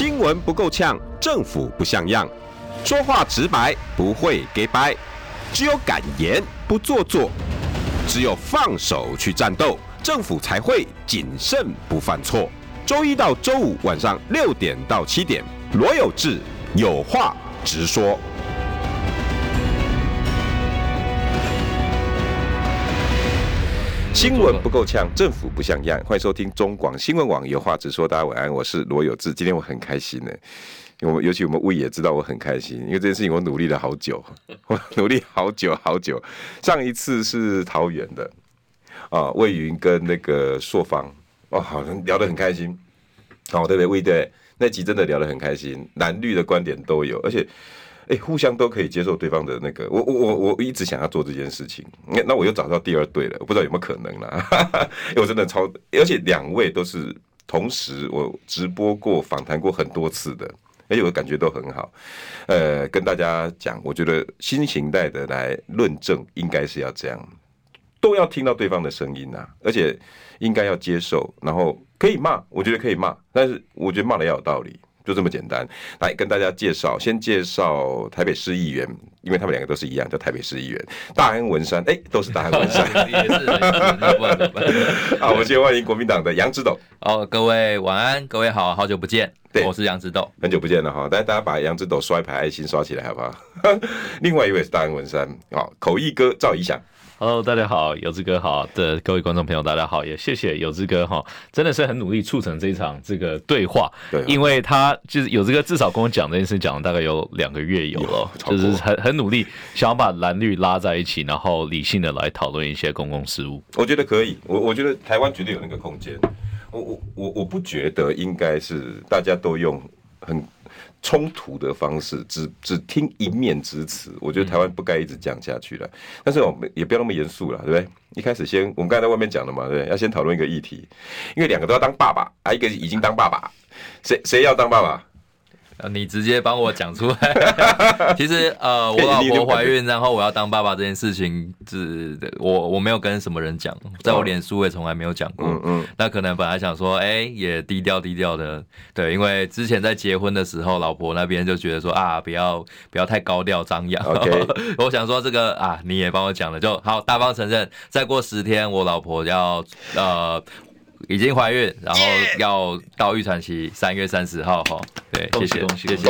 新闻不够呛，政府不像样，说话直白，不会给掰，只有敢言不做作，只有放手去战斗，政府才会谨慎不犯错。周一到周五晚上6点到7点，罗有志有话直说。新闻不够呛，政府不像样。欢迎收听中广新闻网有话直说。大家晚安，我是罗有志。今天我很开心呢，尤其我们魏也知道我很开心，因为这件事情我努力了好久，我努力好久。上一次是桃园的魏云跟那个硕芳好像聊得很开心对不对？魏对那集真的聊得很开心，蓝绿的观点都有，而且互相都可以接受对方的那个，我一直想要做这件事情，那我又找到第二对了，我不知道有没有可能啦。我真的而且2位都是同时我直播过、访谈过很多次的，而且我感觉都很好。跟大家讲，我觉得新形态的来论证应该是要这样，都要听到对方的声音啊，而且应该要接受，然后可以骂，我觉得可以骂，但是我觉得骂的要有道理。就这么简单，来跟大家先介绍台北市议员，因为他们2个都是一样，叫台北市议员大安文山，都是大安文山， 也是。 好，我们先欢迎国民党的杨之斗。 各位晚安，各位好，好久不见，我是杨之斗， 很久不见了哈，大家把杨之斗刷一排爱心刷起来好不好？另外一位是大安文山，口译哥赵怡翔。 Hello， 大家好，有志哥好的各位观众朋友，大家好，也谢谢有志哥真的是很努力促成这一场这个对话，因为他就是有志哥至少跟我讲这件事讲了大概有2个月有了，就是很努力想要把蓝绿拉在一起，然后理性的来讨论一些公共事务。 我觉得可以，我觉得台湾绝对有那个空间，我不觉得应该是大家都用很冲突的方式，只听一面之词，我觉得台湾不该一直讲下去了。但是我们也不要那么严肃了，对不对？一开始我们刚才在外面讲了嘛，对不对？要先讨论一个议题，因为2个都要当爸爸一个已经当爸爸，谁要当爸爸？ 你直接帮我讲出来。其实我老婆怀孕，然后我要当爸爸这件事情，我没有跟什么人讲，在我脸书也从来没有讲过。那可能本来想说，也低调的，对，因为之前在结婚的时候，老婆那边就觉得说不要太高调张扬。Okay. 我想说这个你也帮我讲了，就好，大方承认。再过10天，我老婆要已经怀孕，然后要到预产期，3月30号对，谢谢，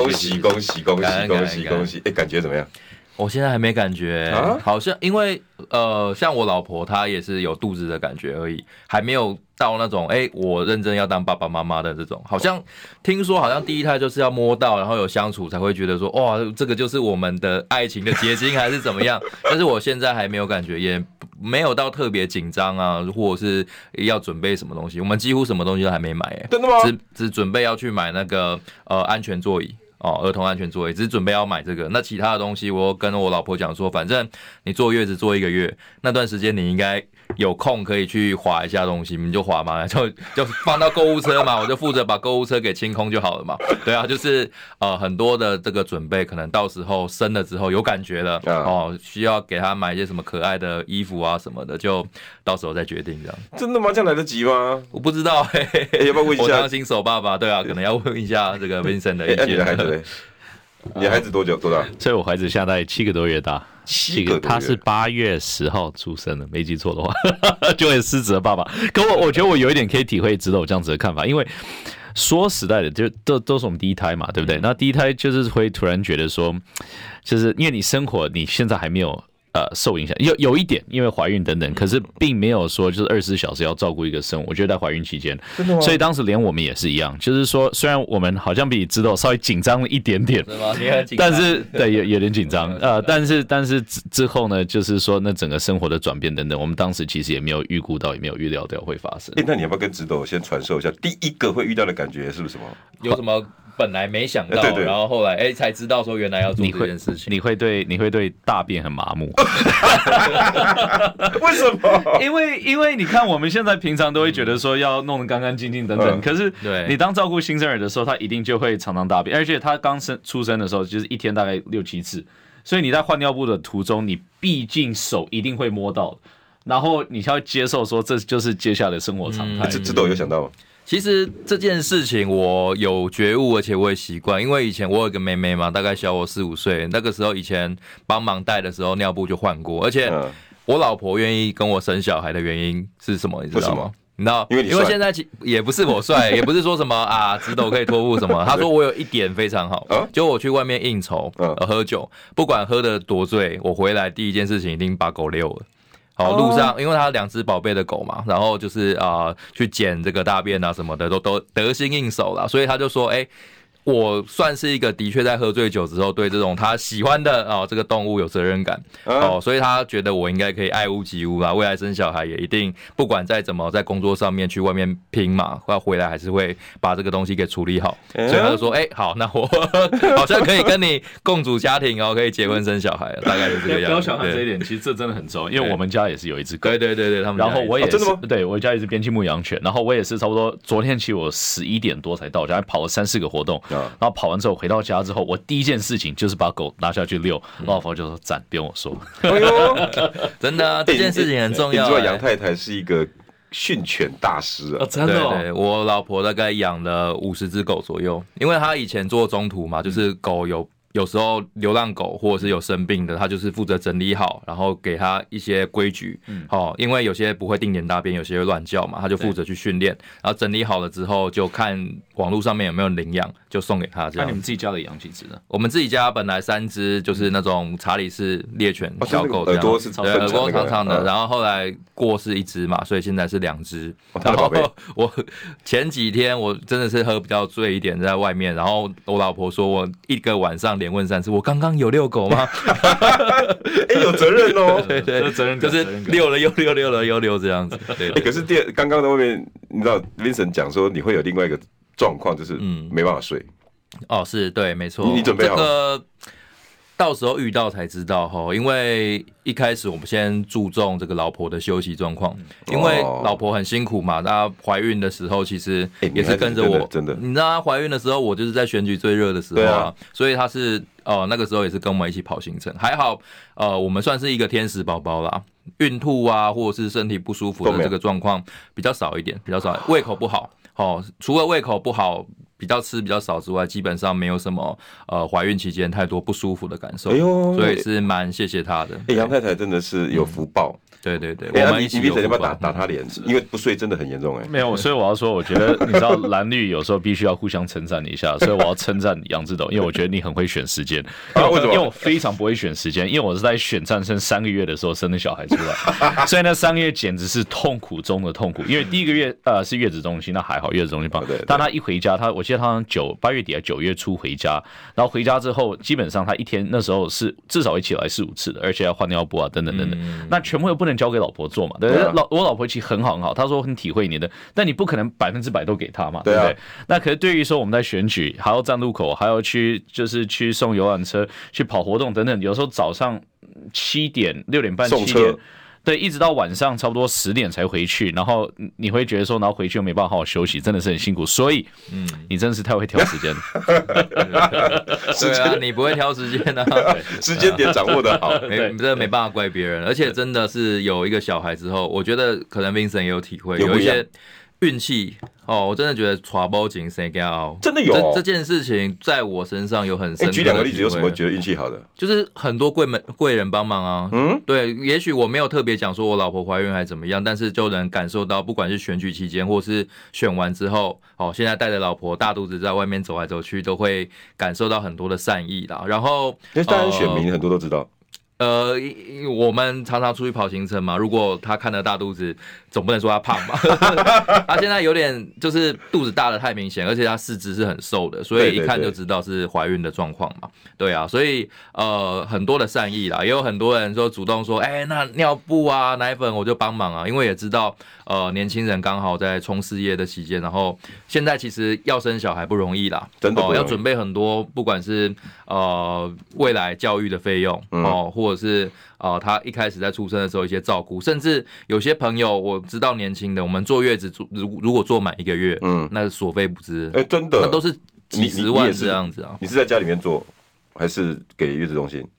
恭喜！感觉怎么样？ 我现在还没感觉，好像因为像我老婆她也是有肚子的感觉而已，还没有到那种我认真要当爸爸妈妈的这种。好像听说好像第一胎就是要摸到，然后有相处才会觉得说哇，这个就是我们的爱情的结晶还是怎么样？但是我现在还没有感觉，也没有到特别紧张啊，或者是要准备什么东西。我们几乎什么东西都还没买真的吗？ 只准备要去买那个安全座椅。儿童安全座椅，只是准备要买这个。那其他的东西，我跟我老婆讲说，反正你坐月子坐1个月，那段时间你应该有空可以去滑一下东西，你就滑嘛，就放到购物车嘛，我就负责把购物车给清空就好了嘛。对啊，就是很多的这个准备，可能到时候生了之后有感觉了需要给他买一些什么可爱的衣服啊什么的，就到时候再决定这样。 真的吗？这样来得及吗？ 我不知道要不要问一下？ 我当新手爸爸，对啊，可能要问一下这个 Vincent 的意见。 你的孩子你孩子多大？ 所以我孩子现在7个多月大，7个多月，他是8月10号出生的，没记错的话，就会失职的爸爸。可我觉得我有一点可以体会知道我这样子的看法，因为说实在的，就都是我们第一胎嘛，对不对？那第一胎就是会突然觉得说，就是因为你生活你现在还没有受影响，有一点，因为怀孕等等，可是并没有说就是24小时要照顾一个生物。我觉得在怀孕期间，所以当时连我们也是一样，就是说虽然我们好像比知道稍微紧张了一点点，但是对有点紧张但是之后呢，就是说那整个生活的转变等等，我们当时其实也没有预估到，也没有预料到会发生。 那你要不要跟直斗先传授一下第一个会遇到的感觉是不是什么？ 有什么？本来没想到，对，然后后来才知道说原来要做这件事情。 你会对大便很麻木。 为什么？ 因为你看我们现在平常都会觉得说要弄得干干净净等等，可是你当照顾新生儿的时候，他一定就会常常大便，而且他刚出生的时候就是一天大概6-7次，所以你在换尿布的途中，你毕竟手一定会摸到，然后你要接受说这就是接下来的生活常态。 这都有想到吗？ 其实这件事情我有觉悟，而且我也习惯，因为以前我有一个妹妹嘛，大概小我4、5岁，那个时候以前帮忙带的时候尿布就换过，而且我老婆愿意跟我生小孩的原因是什么？你知道吗？你知道，因为现在也不是我帅，也不是说什么啊，直斗可以托付什么。他说我有一点非常好，就我去外面应酬，喝酒，不管喝得多醉，我回来第一件事情一定把狗遛了。好，路上因为他2只宝贝的狗嘛，然后就是去捡这个大便啊什么的，都得心应手啦，所以他就说，我算是一个的确在喝醉酒之后对这种他喜欢的这个动物有责任感所以他觉得我应该可以爱屋及乌啦，未来生小孩也一定不管再怎么在工作上面去外面拼嘛，要回来还是会把这个东西给处理好，所以他就说好，那我好像可以跟你共组家庭可以结婚生小孩了，大概是这个样子。 不要小看这一点，其实这真的很重要，因为我们家也是有一只狗， 对，他们家然后我也是， 真的吗？ 对，我家也是边境牧羊犬，然后我也是差不多昨天其实我11点多才到家，跑了3、4个活动。然后跑完之后回到家之后，我第一件事情就是把狗拿下去遛。老婆就说赞，不用我说。 哎呦， 真的这件事情很重要。 你知道杨太太是一个训犬大师啊， 真的对，我老婆大概养了50只狗左右，因为她以前做中途嘛，就是狗有时候流浪狗或者是有生病的，他就是负责整理好，然后给他一些规矩。因为有些不会定点大便，有些会乱叫嘛，他就负责去训练，然后整理好了之后，就看网络上面有没有领养，就送给他这样。 那你们自己家里养几只呢？ 我们自己家本来3只，就是那种查理士猎犬小狗这样， 耳朵是耳朵长长的，然后后来过世1只嘛，所以现在是2只。然后我前几天我真的是喝比较醉一点，在外面，然后我老婆说我一个晚上连问3次，我刚刚有遛狗吗？ 有责任哦， 对，责任就是遛了又遛这样子。对， 可是刚刚在外面，你知道 Vincent 讲说你会有另外一个状况，就是没办法睡。 是对，没错。 你准备好？ 这个到时候遇到才知道哈，因为一开始我们先注重这个老婆的休息状况，因为老婆很辛苦嘛，她怀孕的时候其实也是跟着我， 真的， 你知道她怀孕的时候，我就是在选举最热的时候所以她是那个时候也是跟我们一起跑行程，还好我们算是一个天使宝宝啦，孕吐啊或者是身体不舒服的这个状况比较少一点，胃口不好除了胃口不好。比较吃比较少之外，基本上没有什么怀孕期间太多不舒服的感受，所以是蛮谢谢她的。 杨太太真的是有福报。 对，我们一起有福报。 你要不要打她脸？因为不睡真的很严重没有，所以我要说，我觉得你知道蓝绿有时候必须要互相称赞一下，所以我要称赞杨志斗，因为我觉得你很会选时间。 为什么？ 因为我非常不会选时间，因为我是在选战生3个月的时候生的小孩出来，所以那3个月简直是痛苦中的痛苦。因为第1个月是月子中心，那还好，月子中心棒。但他一回家，我记得他8月底还9月初回家，然后回家之后，基本上他一天那时候是至少会起来4、5次的，而且要换尿布啊等等等等，那全部又不能交给老婆做嘛。对，我老婆其实很好，她说很体会你的，但你不可能100%都给她嘛，对不对？那可是对于说我们在选举，还要站路口，还要去送游览车、去跑活动等等，有时候早上7点、6点半、7点。对，一直到晚上差不多10点才回去，然后你会觉得说，然后回去又没办法好好休息，真的是很辛苦。所以，你真的是太会挑时间了。 对啊，你不会挑时间啊， 时间点掌握的好， 真的没办法怪别人。而且真的是有一个小孩之后，我觉得可能 Vincent 也有体会，有一些运气我真的觉得传播景谁高， 真的有这件事情在我身上有很深刻的体会。 举2个例子，有什么觉得运气好的？ 就是很多贵人帮忙啊。对，也许我没有特别讲说我老婆怀孕还怎么样，但是就能感受到，不管是选举期间或是选完之后，现在带着老婆大肚子在外面走来走去，都会感受到很多的善意啦。然后， 因为当然选民很多都知道。 我们常常出去跑行程嘛，如果他看了大肚子，总不能说他胖吧？他现在有点就是肚子大的太明显，而且他四肢是很瘦的，所以一看就知道是怀孕的状况嘛。对啊，所以很多的善意啦，也有很多人说主动说，那尿布啊、奶粉我就帮忙啊，因为也知道年轻人刚好在冲事业的期间，然后现在其实要生小孩不容易啦， 真的要准备很多，不管是未来教育的费用或者是他一开始在出生的时候一些照顾，甚至有些朋友我知道年轻的，我们坐月子如果坐满1个月，那是所费不赀， 真的， 那都是几10万这样子啊。 你是在家里面做，还是给月子中心？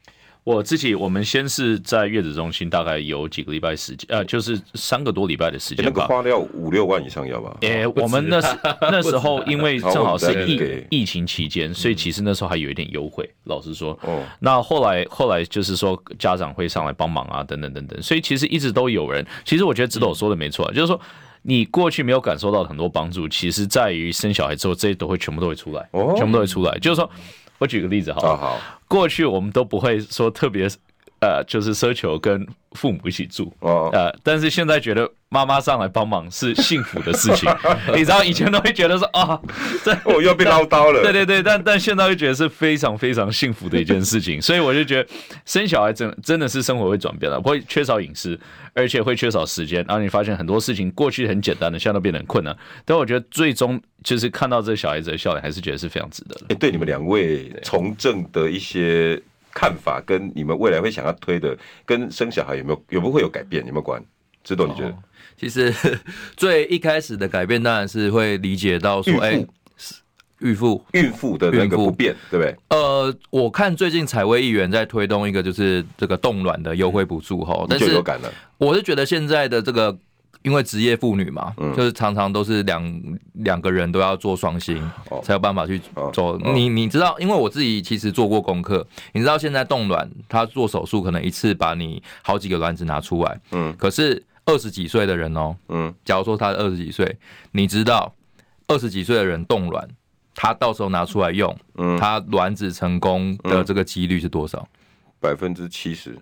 我们先是在月子中心，大概有几个礼拜时间，就是3个多礼拜的时间吧。 那个花了5-6万以上要吧？ 我们那时候因为正好是疫情期间，所以其实那时候还有一点优惠。老实说，那后来就是说家长会上来帮忙啊，等等等等，所以其实一直都有人。其实我觉得指导说的没错，就是说你过去没有感受到很多帮助，其实在于生小孩之后，这些全部都会出来，全部都会出来。就是说。我举个例子好，过去我们都不会说特别就是奢求跟父母一起住，但是现在觉得妈妈上来帮忙是幸福的事情。你知道以前都会觉得说我又被唠叨了。 对，但现在会觉得是非常非常幸福的一件事情。所以我就觉得生小孩真的是生活会转变的，不会缺少饮食，而且会缺少时间。然后你发现很多事情过去很简单的，现在都变得很困难。但我觉得最终就是看到这个小孩子的笑脸，还是觉得是非常值得的。 对你们2位从政的一些看法，跟你们未来会想要推的，跟生小孩有没有会有改变？有没有关？知道你觉得？ 其实最一开始的改变当然是会理解到说，孕妇的那个不便，对不对？ 我看最近财威议员在推动一个就是这个冻卵的优惠补助但是就有感了。 我是觉得现在的这个。因为职业妇女嘛，就是常常都是两个人都要做双薪，才有办法去做。你知道，因为我自己其实做过功课，你知道现在冻卵，他做手术可能一次把你好几个卵子拿出来，可是20几岁的人假如说他20几岁，你知道20几岁的人冻卵，他到时候拿出来用，他卵子成功的这个几率是多少 ？70%，10%。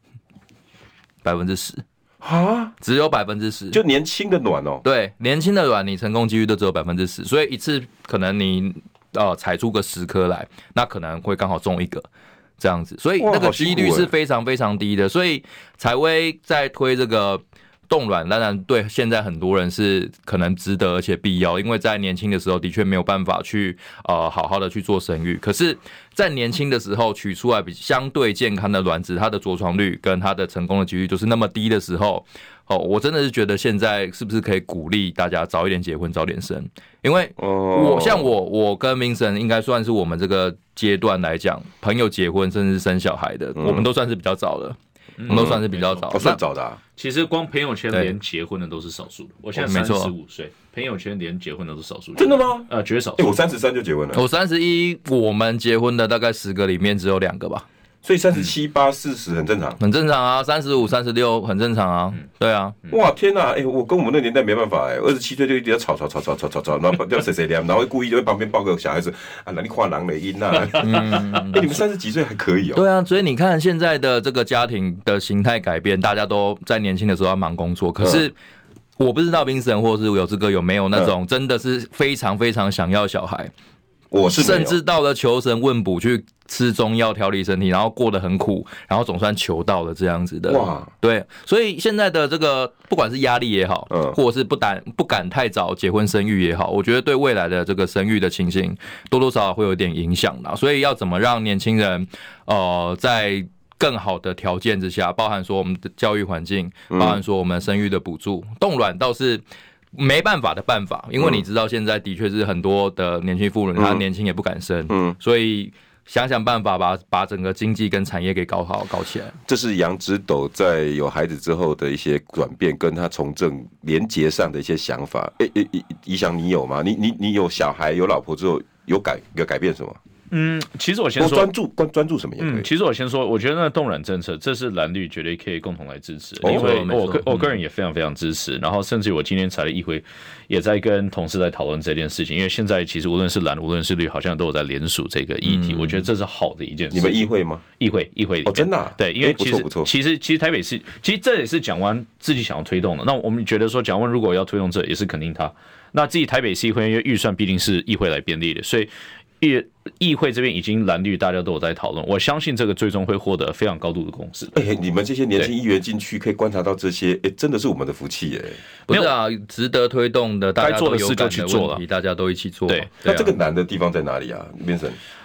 只有10%， 就年轻的卵对，年轻的卵你成功几率都只有10%，所以一次可能你采出个10颗来，那可能会刚好中1个这样子，所以那个几率是非常非常低的。所以财威在推这个冻卵，当然对现在很多人是可能值得而且必要，因为在年轻的时候的确没有办法去好好的去做生育，可是在年轻的时候取出来比相对健康的卵子，它的着床率跟它的成功的几率就是那么低的时候，我真的是觉得现在是不是可以鼓励大家早一点结婚早点生，因为我跟Vincent应该算是我们这个阶段来讲，朋友结婚甚至生小孩的，我们都算是比较早的。都算是比较早， 算早的啊。 其实光朋友圈连结婚的都是少数的。我现在35岁，朋友圈连结婚的都是少数。 真的吗？ 绝少数。 我33就结婚了。 我31，我们结婚的大概10个里面只有2个吧。 所以37、8、40很正常， 很正常啊。35、36很正常啊。对啊。 哇天哪！我跟我们那个年代没办法27岁就一直要吵，然后要谁凉，然后故意就在旁边抱个小孩子啊，那你画狼的音啊。你们30几岁还可以对啊，所以你看现在的这个家庭的形态改变，大家都在年轻的时候要忙工作，可是我不知道Vincent或是有志哥有没有那种真的是非常非常想要小孩。 我是甚至到了求神问卜去吃中药调理身体，然后过得很苦，然后总算求到了这样子的。哇，对，所以现在的这个不管是压力也好，或者是不敢太早结婚生育也好，我觉得对未来的这个生育的情形多多少少会有点影响啦。所以要怎么让年轻人在更好的条件之下，包含说我们的教育环境，包含说我们生育的补助，冻卵倒是没办法的办法，因为你知道现在的确是很多的年轻妇女，她年轻也不敢生，所以想办法把整个经济跟产业给搞起来。 这是杨直斗在有孩子之后的一些转变，跟他从政连结上的一些想法。宜祥你有吗？你有小孩有老婆之后有改变什么？ 其实我先说专注什么也可以。 其实我先说，我觉得那个冻卵政策，这是蓝绿绝对可以共同来支持，因为我个人也非常非常支持。然后甚至我今天才的议会也在跟同事在讨论这件事情，因为现在其实无论是蓝无论是绿，好像都有在联署这个议题。我觉得这是好的一件事情。 你们议会吗？ 议会里面真的对，因为其实台北市其实这也是蒋万自己想要推动的。那我们觉得说蒋万如果要推动这，也是肯定他。那自己台北市议会因为预算必定是议会来编列的，所以议会这边已经蓝绿大家都有在讨论，我相信这个最终会获得非常高度的共识。 你们这些年轻议员进去可以观察到这些，真的是我们的福气不是啊，值得推动的，大家该做的事就去做了， 大家都一起做。 对， 那这个难的地方在哪里啊 ，Vincent？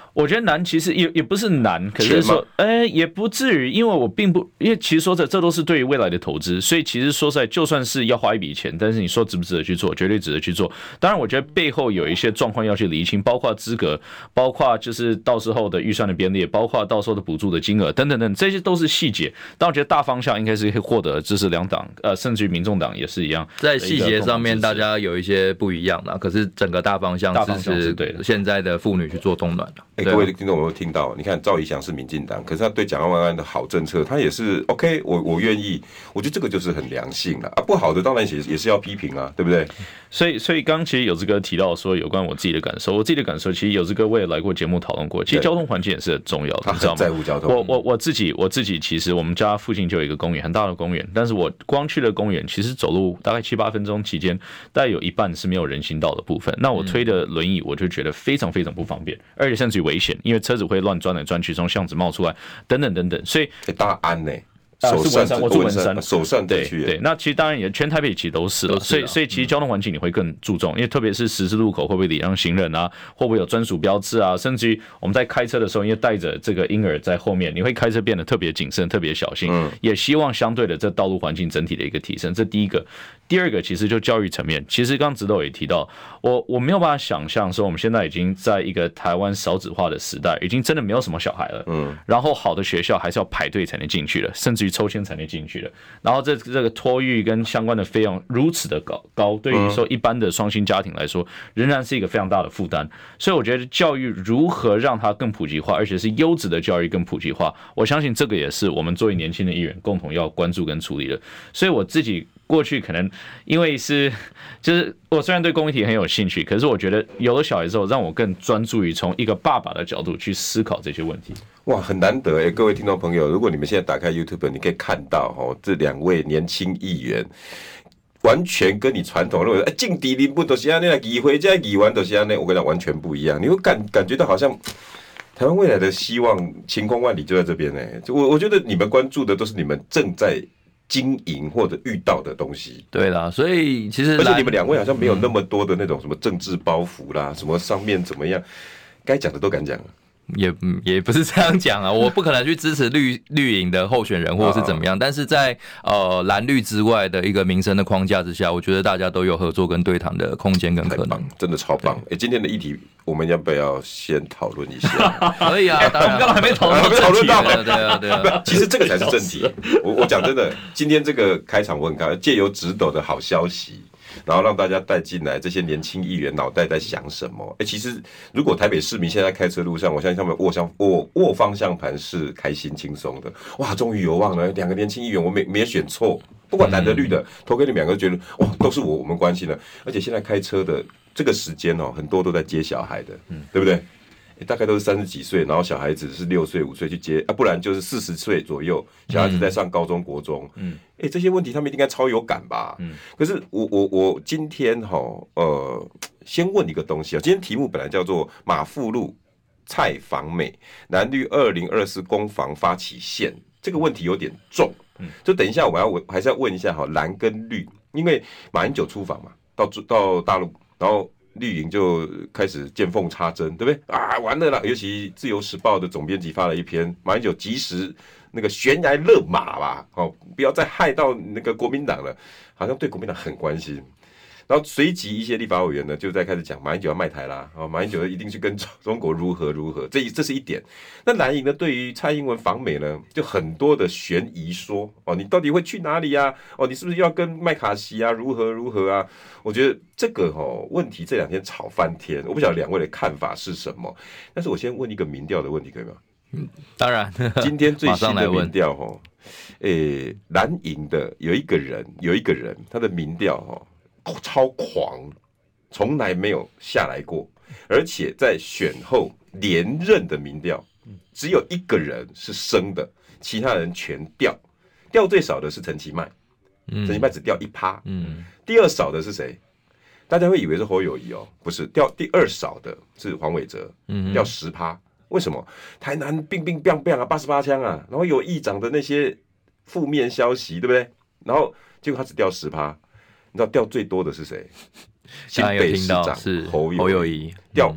我觉得难，其实也不是难，可是说，也不至于，因为我并不，因为其实说这都是对于未来的投资，所以其实说实在，就算是要花一笔钱，但是你说值不值得去做，绝对值得去做。当然，我觉得背后有一些状况要去厘清，包括资格，包括就是到时候的预算的编列，包括到时候的补助的金额等等等，这些都是细节。但我觉得大方向应该是可以获得支持两党，甚至于民众党也是一样， 在细节上面大家有一些不一样的，可是整个大方向支持对现在的妇女去做冻卵的。 各位听众有没有听到？你看赵怡翔是民进党，可是他对蒋万安的好政策，他也是 OK， 我愿意。我觉得这个就是很良性了啊，不好的当然也是要批评啊，对不对？ 所以刚其实有志哥提到说有关我自己的感受，我自己的感受其实有志哥我也来过节目讨论过，其实交通环境也是很重要的， 他很在乎交通。 我自己其实我们家附近就有一个公园，很大的公园，但是我光去的公园其实走路大概7-8分钟期间，大概有一半是没有人行道的部分。那我推的轮椅我就觉得非常非常不方便，而且甚至于危险，因为车子会乱钻来钻去，从巷子冒出来，等等等等。所以大安呢？ 是文山，我住文山， 首善地区。 对，那其实当然也全台北其实都是了，所以其实交通环境你会更注重，因为特别是十字路口会不会礼让行人啊，会不会有专属标志啊，甚至于我们在开车的时候，因为带着这个婴儿在后面，你会开车变得特别谨慎、特别小心，也希望相对的这道路环境整体的一个提升，这第一个。第二个其实就教育层面，其实刚刚指导也提到，我没有办法想象说我们现在已经在一个台湾少子化的时代，已经真的没有什么小孩了，然后好的学校还是要排队才能进去的，甚至于抽签才能进去的，然后这个托育跟相关的费用如此的高，对于说一般的双薪家庭来说，仍然是一个非常大的负担。所以我觉得教育如何让它更普及化，而且是优质的教育更普及化，我相信这个也是我们作为年轻的议员共同要关注跟处理的。所以我自己过去可能因为就是我虽然对公益体很有兴趣，可是我觉得有了小孩之后，让我更专注于从一个爸爸的角度去思考这些问题。 哇，很难得各位听众朋友，如果你们现在打开 YouTube， 你可以看到这两位年轻议员。完全跟你传统认为，政治人物都是这样，议会这议员都是这样，我跟你讲完全不一样。你会感觉到好像台湾未来的希望晴空万里就在这边我觉得你们关注的都是你们正在经营或者遇到的东西。 对啦，所以其实而且你们两位好像没有那么多的那种什么政治包袱啦，什么上面怎么样，该讲的都敢讲。 也不是这样讲啊，我不可能去支持绿营的候选人或者是怎么样，但是在蓝绿之外的一个民生的框架之下，我觉得大家都有合作跟对谈的空间跟可能， 真的超棒。今天的议题我们要不要先讨论一下？ 可以啊，当然， 我们刚刚还没讨论到， 对啊， 其实这个才是正题。我讲真的，今天这个开场我很开，借由直斗的好消息。然后让大家带进来这些年轻议员脑袋在想什么？其实如果台北市民现在开车路上，我相信他们握方向盘是开心轻松的。哇，终于有望了！两个年轻议员，我没选错，不管蓝的绿的，投给你们两个，觉得哇，都是我们关心的。而且现在开车的这个时间很多都在接小孩的，对不对？大概都是30几岁，然后小孩子是6岁5岁去接不然就是40岁左右，小孩子在上高中国中，这些问题他们应该超有感吧？可是我今天先问一个东西今天题目本来叫做马富路蔡访美蓝绿2024攻防发起线，这个问题有点重，就等一下我还是要问一下蓝跟绿，因为马英九出访嘛，到大陆，然后绿营就开始见缝插针，对不对啊？完了啦！尤其自由时报的总编辑发了一篇，马英九及时那个悬崖勒马吧，不要再害到那个国民党了，好像对国民党很关心。然后随即一些立法委员呢，就在开始讲马英九要卖台啦，马英九一定去跟中国如何，这是一点。那蓝营呢，对于蔡英文访美呢，就很多的悬疑说，你到底会去哪里啊？你是不是要跟麦卡锡啊？如何啊？我觉得这个问题这2天吵翻天，我不晓得两位的看法是什么。但是我先问一个民调的问题，可以吗？ 当然。 今天最新的民调蓝营的有一个人，他的民调超狂，从来没有下来过，而且在选后连任的民调，只有一个人是升的，其他人全掉最少的是陈其迈，陈其迈只掉1%，第二少的是谁？大家会以为是侯友宜不是，掉第2少的是黄伟哲，掉10%。为什么？台南乒乒乓乓啊，88枪啊，然后有议长的那些负面消息，对不对？然后结果他只掉10%。你知道掉最多的是谁？ 新北市长是侯友宜掉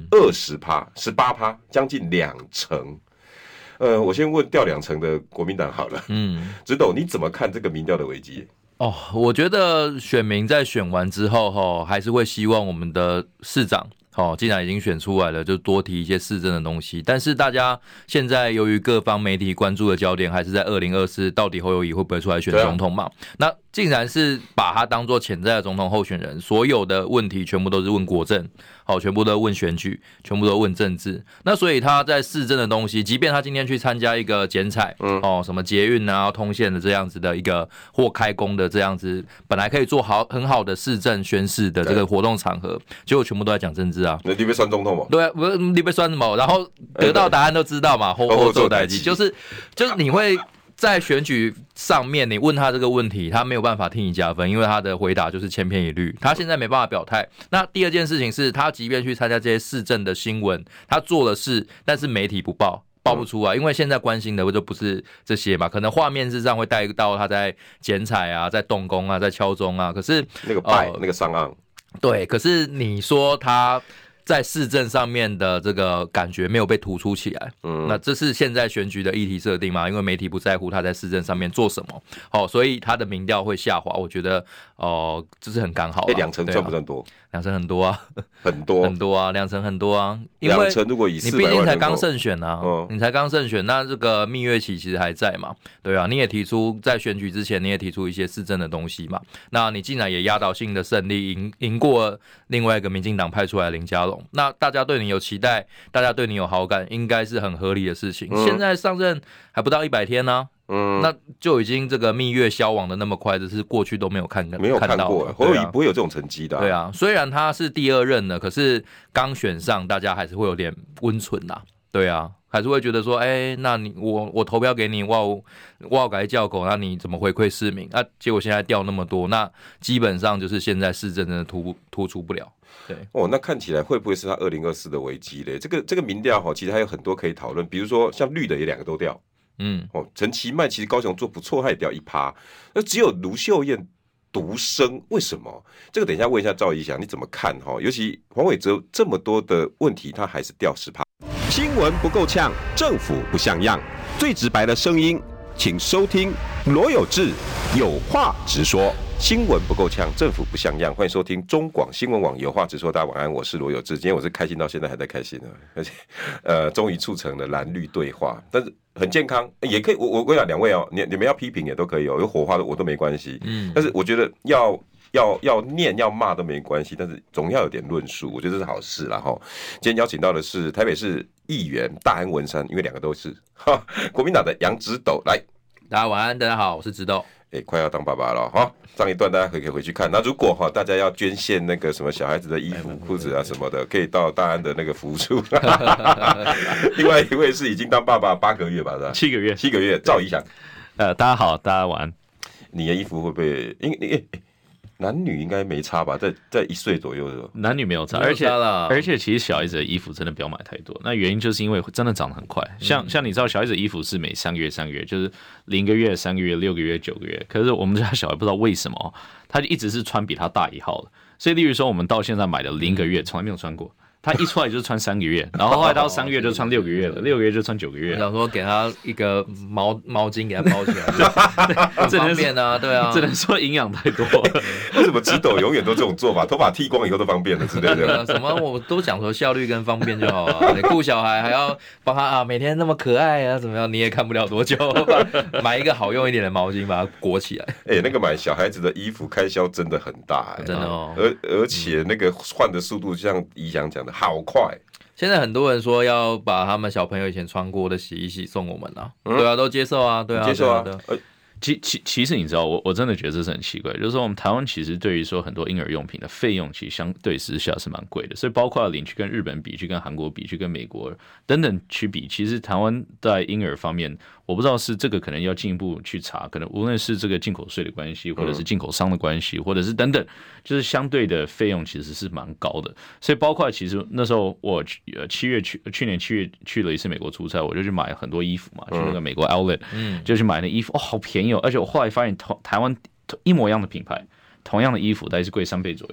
18%，将近2成。我先问掉2成的国民党好了。直斗你怎么看这个民调的危机？ 我觉得选民在选完之后还是会希望我们的市长既然已经选出来了，就多提一些市政的东西。但是大家现在由于各方媒体关注的焦点还是在2024到底侯友宜会不会出来选总统嘛？那竟然是把他当作潜在的总统候选人，所有的问题全部都是问国政，全部都问选举，全部都问政治。那所以他在市政的东西，即便他今天去参加一个剪彩，什么捷运啊、通线的这样子的一个或开工的这样子，本来可以做很好的市政宣示的这个活动场合，结果全部都在讲政治啊。 你被酸总统吗？ 对啊，不是你被酸什么？然后得到答案都知道嘛，后做代际，就是你会。在选举上面，你问他这个问题，他没有办法替你加分，因为他的回答就是千篇一律。他现在没办法表态。那第二件事情是，他即便去参加这些市政的新闻，他做了事，但是媒体不报不出来，因为现在关心的就不是这些嘛，可能画面上会带到他在剪彩啊，在动工啊，在敲钟啊，可是那个那个上岸， 对，可是你说他。在市政上面的这个感觉没有被突出起来，那这是现在选举的议题设定嘛？因为媒体不在乎他在市政上面做什么，所以他的民调会下滑。我觉得，这是很刚好。 2成算不算多 ？2成很多啊， 很多啊，2成很多啊。因为 2成如果以400万人口， 你毕竟才刚胜选啊，你才刚胜选，那这个蜜月期其实还在嘛，对啊。你也提出在选举之前，你也提出一些市政的东西嘛。那你竟然也压倒性的胜利，赢过另外一个民进党派出来的林佳龙。那大家对你有期待，大家对你有好感，应该是很合理的事情。现在上任还不到100天呢，那就已经这个蜜月消亡的那么快，这是过去都没有看过， 侯友宜不会有这种成绩的。 对啊，虽然他是第2任了，可是刚选上，大家还是会有点温存啦。对啊，还是会觉得说，那我投票给你，我改叫狗，那你怎么回馈市民？结果现在掉那么多，那基本上就是现在市政真的突出不了。对那看起来会不会是他2024的危机嘞？这个民调其实还有很多可以讨论，比如说像绿的也2个都掉，陈其迈其实高雄做不错，他也掉1%，那只有卢秀燕独升，为什么？这个等一下问一下赵怡翔你怎么看？尤其黄伟哲这么多的问题，他还是掉10%。 新闻不够呛，政府不像样，最直白的声音，请收听罗有志有话直说。 新闻不够呛，政府不像样，欢迎收听中广新闻网有话直说。大家晚安，我是罗有志。今天我是开心到现在还在开心的，而且终于促成了蓝绿对话，但是很健康，也可以。我跟你讲，2位你们要批评也都可以有火花的我都没关系。但是我觉得要念要骂都没关系，但是总要有点论述，我觉得这是好事啦。今天邀请到的是台北市议员大安文山，因为2个都是国民党的杨直斗来。 大家晚安，大家好，我是直斗。 快要当爸爸了哈，上一段大家可以回去看。那如果大家要捐献那个什么小孩子的衣服、裤子啊什么的，可以到大安的那个服务处。另外一位是已经当爸爸8个月吧，是吧？7个月，赵怡翔。 大家好，大家晚安。 你的衣服会不会？男女应该没差吧，在1岁左右的。 男女没有差，而且其实小孩子的衣服真的不要买太多。那原因就是因为真的长得很快，像你知道，小孩子的衣服是每3个月，就是0个月、3个月、6个月、9个月。可是我们家小孩不知道为什么，他就一直是穿比他大1号的。所以，例如说我们到现在买的0个月，从来没有穿过。他一出来就是穿3个月，然后后来到3个月就穿6个月了，6个月就穿9个月。 想说给他一个毛巾给他包起来，这方便啊，对啊， 只能说营养太多。 为什么直斗永远都这种做法？头发剃光以后都方便了之类的。 什么我都讲说效率跟方便就好了。你顾小孩还要帮他每天那么可爱啊，怎么样？你也看不了多久。买一个好用一点的毛巾把它裹起来。 那个买小孩子的衣服开销真的很大， 真的哦。 而且那个换的速度，像怡翔讲的。好快！ 现在很多人说要把他们小朋友以前穿过的洗一洗送我们啊，对啊，都接受啊，对啊， 接受啊。 其实你知道，我真的觉得这是很奇怪，就是说我们台湾其实对于说很多婴儿用品的费用，其实相对之下是蛮贵的，所以包括去跟日本比，去跟韩国比，去跟美国等等去比，其实台湾在婴儿方面，我不知道是这个可能要进一步去查，可能无论是这个进口税的关系，或者是进口商的关系，或者是等等，就是相对的费用其实是蛮高的。所以包括其实那时候我去年7月去了一次美国出差，我就去买很多衣服嘛，去那个美国 Outlet，就去买那衣服，好便宜哦！而且我后来发现台湾一模一样的品牌，同样的衣服大概是贵3倍左右。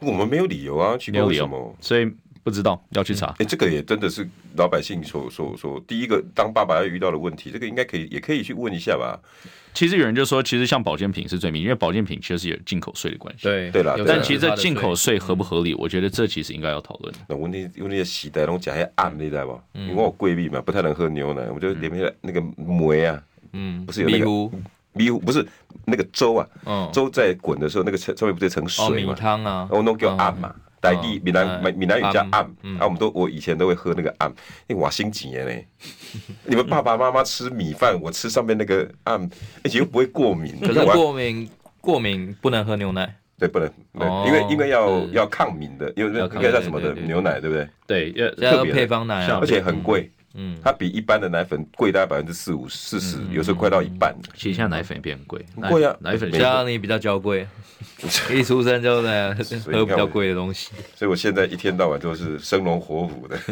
我们没有理由啊，奇怪为什么？ 所以不知道要去查。 这个也真的是老百姓所第一个当爸爸要遇到的问题，这个应该也可以去问一下吧。 其实有人就说，其实像保健品是最明，因为保健品其实有进口税的关系。 对啦， 但其实这进口税合不合理，我觉得这其实应该要讨论。 那因为那些时代都讲些暗，你知道不？因为我贵泌嘛，不太能喝牛奶，我就连那个梅啊，不是有那个米糊不是那个粥啊，粥在滚的时候，那个上面不是层水嘛？ 米汤啊， 我弄叫暗嘛。台语闽南语叫暗，我以前都会喝那个暗，哇心急呢。你们爸爸妈妈吃米饭，我吃上面那个暗，而且又不会过敏。 可是过敏不能喝牛奶。 对，不能，因为要抗敏的，因为那个叫什么的牛奶，对不对？ 对， 要配方奶啊， 而且很贵。它比一般的奶粉贵大概40%，有时候快到一半。 其实现在奶粉也变贵， 贵啊， 奶粉加上你比较娇贵，一出生就喝比较贵的东西。 所以我现在一天到晚都是生龙活虎的。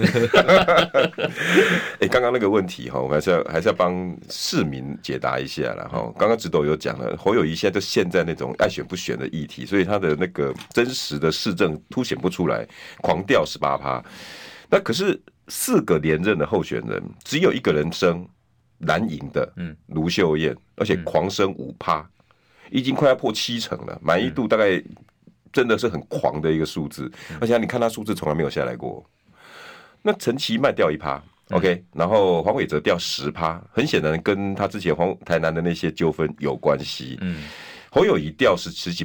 刚刚那个问题我们还是要帮市民解答一下啦哈。刚刚指导有讲了，侯友宜现在就陷在那种爱选不选的议题，所以他的那个真实的市政凸显不出来，狂掉18%。那可是4个连任的候选人，只有1个人争蓝营的卢秀燕，而且狂升5%，已经快要破70%了，满意度大概真的是很狂的一个数字，而且你看他数字从来没有下来过。那陈其迈掉1%。OK， 然后黄伟哲掉10%，很显然跟他之前台南的那些纠纷有关系。侯友宜掉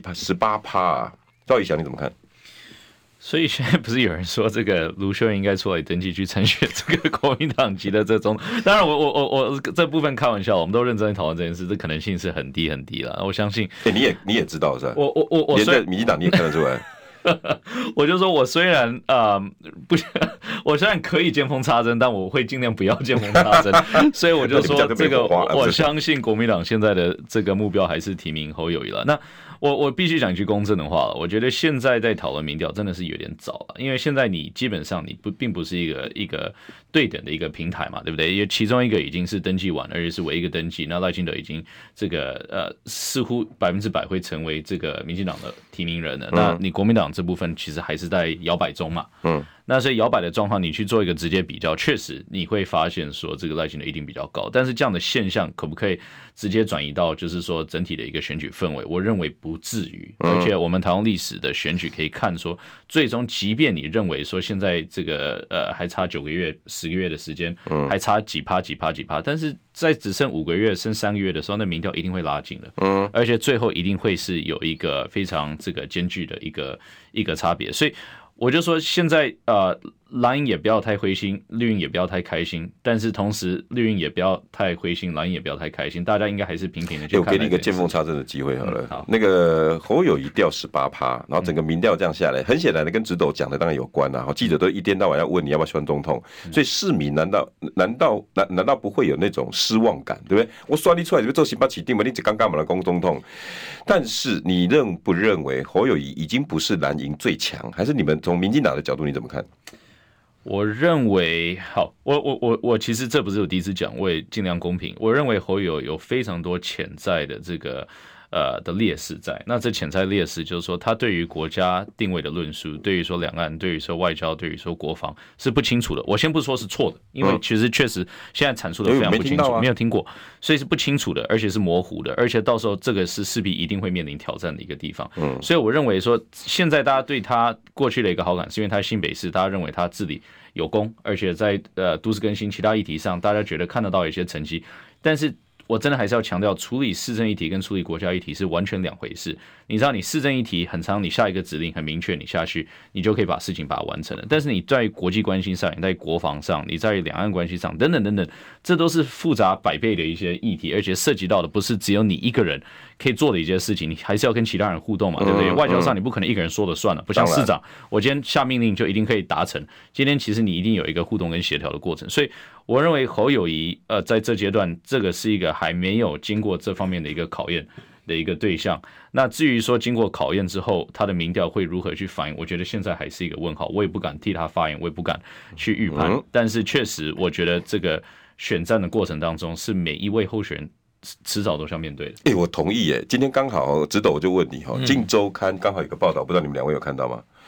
18%啊，赵怡翔你怎么看？ 所以现在不是有人说这个卢秀燕应该出来登记去参选这个国民党籍的这种？当然我这部分开玩笑，我们都认真在讨论这件事，这可能性是很低很低了。我相信， 你也知道是吧？ 我连在民进党你也看得出来。 我就说我虽然我虽然可以见缝插针，但我会尽量不要见缝插针。所以我就说这个，我相信国民党现在的这个目标还是提名侯友宜了。那我必须讲一句公正的话了，我觉得现在在讨论民调真的是有点早了，因为现在你基本上你并不是一个对等的一个平台嘛，对不对？因为其中一个已经是登记完，而且是唯一一个登记，那赖清德已经这个似乎100%会成为这个民进党的提名人了。那你国民党这部分其实还是在摇摆中嘛，那所以摇摆的状况，你去做一个直接比较，确实你会发现说这个赖清德一定比较高，但是这样的现象可不可以直接转移到就是说整体的一个选举氛围？我认为不至于，而且我们台湾历史的选举可以看说，最终即便你认为说现在这个还差9个月、10个月的时间，还差几趴，但是在只剩5个月、剩3个月的时候，那民调一定会拉近了，而且最后一定会是有一个非常这个艰巨的一个差别，所以。我就说现在蓝营也不要太灰心，绿营也不要太开心，但是同时绿营也不要太灰心，蓝营也不要太开心，大家应该还是平平的去看。 我给你一个见缝插针的机会好了。好，那个侯友宜掉18%，然后整个民调这样下来，很显然的跟指导讲的当然有关啦。记者都一天到晚要问你要不要选总统，所以市民难道不会有那种失望感，对不对？我算你出来就做新北市长嘛，你只刚刚嘛来攻总统，但是你认不认为侯友宜已经不是蓝营最强，还是你们从民进党的角度你怎么看？ 我认为好，我其实这不是我第一次讲，我也尽量公平。我认为侯友有非常多潜在的这个的劣势在。那这潜在劣势就是说，他对于国家定位的论述，对于说两岸，对于说外交，对于说国防是不清楚的。我先不说是错的，因为其实确实现在阐述的非常不清楚，没有听过，所以是不清楚的，而且是模糊的，而且到时候这个是势必一定会面临挑战的一个地方。所以我认为说，现在大家对他过去的一个好感，是因为他新北市，大家认为他治理有功，而且在都市更新其他议题上，大家觉得看得到一些成绩，但是我真的还是要强调，处理市政议题跟处理国家议题是完全两回事。你知道，你市政议题很长，你下一个指令很明确，你下去，你就可以把事情把它完成了。但是你在国际关系上，你在国防上，你在两岸关系上，等等等等，这都是复杂100倍的一些议题，而且涉及到的不是只有你一个人可以做的一些事情，你还是要跟其他人互动嘛，对不对？外交上你不可能一个人说了算了，不像市长，我今天下命令就一定可以达成。今天其实你一定有一个互动跟协调的过程，所以我认为侯友宜在这阶段，这个是一个还没有经过这方面的一个考验的一个对象。那至于说经过考验之后，他的民调会如何去反映，我觉得现在还是一个问号。我也不敢替他发言，我也不敢去预判。但是确实，我觉得这个选战的过程当中，是每一位候选人迟早都是要面对的。 我同意耶。今天刚好指导我就问你哈，《镜周刊》刚好有个报道，不知道你们两位有看到吗？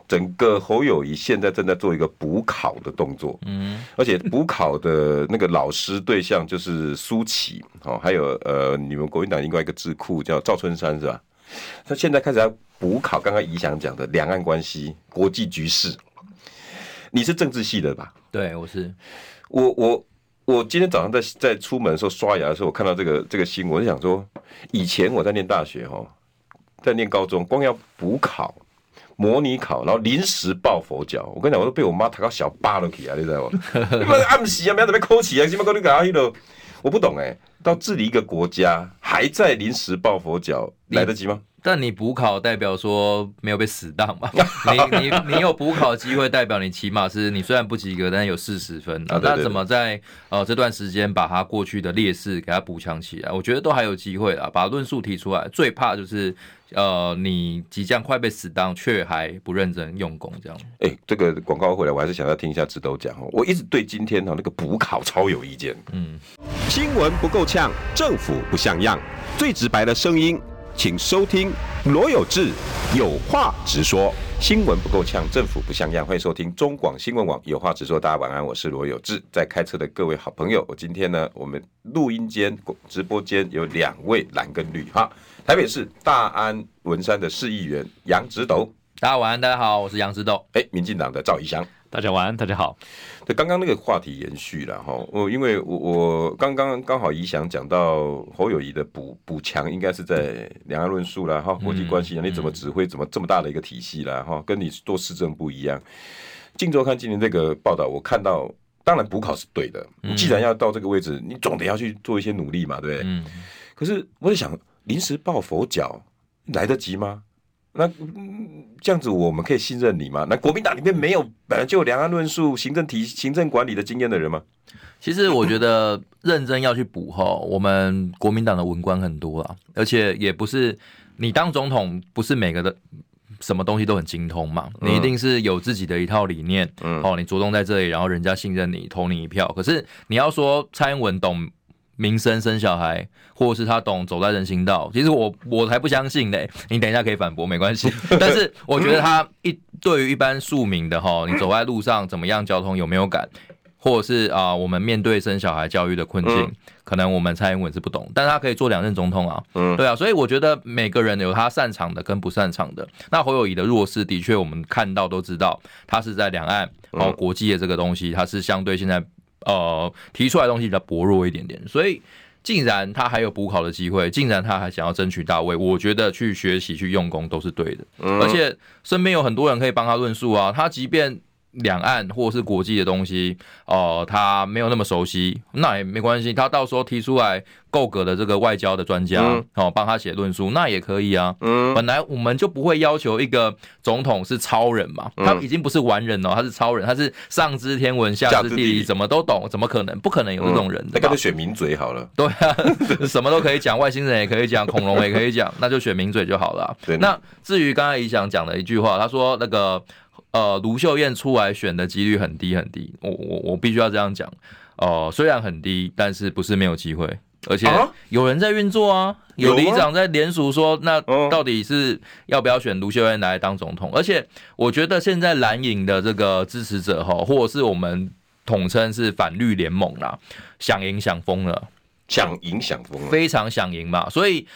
整个侯友宜现在正在做一个补考的动作，而且补考的那个老师对象就是苏起，还有你们国民党另外一个智库叫赵春山是吧？他现在开始要补考，刚刚宜翔讲的两岸关系、国际局势。你是政治系的吧？ 对，我是。 我今天早上在出门的时候刷牙的时候，我看到这个新闻，我就想说，以前我在念大学在念高中，光要补考、模拟考，然后临时抱佛脚。我跟你讲，我都被我妈打到小巴了起啊，你知道吗？你们暗时啊，不要特别抠起啊，什么搞你搞那个，我不懂到治理一个国家还在临时抱佛脚，来得及吗？ 但你补考代表说没有被死当嘛？你有补考机会，代表你起码是你虽然不及格，但是有40分。那怎么在这段时间把他过去的劣势给他补强起来？我觉得都还有机会啦，把论述提出来。最怕就是你即将快被死当，却还不认真用功这样。 这个广告回来，我还是想要听一下直斗讲我一直对今天那个补考超有意见。 新闻不够呛，政府不像样，最直白的声音。请收听罗有志有话直说。 新闻不够呛，政府不像样，欢迎收听中广新闻网有话直说。大家晚安，我是罗有志。在开车的各位好朋友，我今天呢，我们录音间、直播间有2位蓝跟绿哈。台北市大安文山的市议员杨植斗， 大家晚安，大家好，我是杨植斗。 民进党的赵宜翔， 大家晚安，大家好。 对，刚刚那个话题延续了哈，因为我刚好宜翔讲到侯友宜的补强，应该是在两岸论述啦哈，国际关系你怎么指挥，怎么这么大的一个体系啦哈，跟你做市政不一样。镜周刊今年这个报道，我看到，当然补考是对的，既然要到这个位置，你总得要去做一些努力嘛，对不对？可是我在想，临时抱佛脚来得及吗？那这样子我们可以信任你吗？那国民党里面没有本来就有两岸论述、行政管理的经验的人吗？ 其实我觉得认真要去补我们国民党的文官很多啦，而且也不是你当总统不是每个的什么东西都很精通嘛，你一定是有自己的一套理念，你着重在这里，然后人家信任你，投你一票。可是你要说蔡英文懂民生生小孩，或者是他懂走在人行道，其实我才不相信嘞。你等一下可以反驳，没关系。但是我觉得他对于一般庶民的你走在路上怎么样，交通有没有感，或者是我们面对生小孩教育的困境，可能我们蔡英文是不懂，但是他可以做2任总统啊，对啊，所以我觉得每个人有他擅长的跟不擅长的。那侯友宜的弱势，的确我们看到都知道，他是在两岸国际的这个东西，他是相对现在提出来的东西比较薄弱一点点，所以竟然他还有补考的机会，竟然他还想要争取大位，我觉得去学习去用功都是对的，而且身边有很多人可以帮他论述啊，他即便两岸或是国际的东西，他没有那么熟悉，那也没关系，他到时候提出来够格的这个外交的专家，帮他写论述，那也可以啊。本来我们就不会要求一个总统是超人嘛，他已经不是完人了，他是超人，他是上知天文下知地理，怎么都懂，怎么可能？不可能有这种人的。 那干脆选名嘴好了。对啊，什么都可以讲，外星人也可以讲，恐龙也可以讲，那就选名嘴就好了。那至于刚才宜翔讲的一句话，他说那个。卢秀燕出来选的几率很低很低，我必须要这样讲，虽然很低，但是不是没有机会，而且有人在运作啊，有里长在联署说，那到底是要不要选卢秀燕来当总统？而且我觉得现在蓝营的这个支持者或者是我们统称是反绿联盟啦，想赢想疯了，非常想赢嘛，所以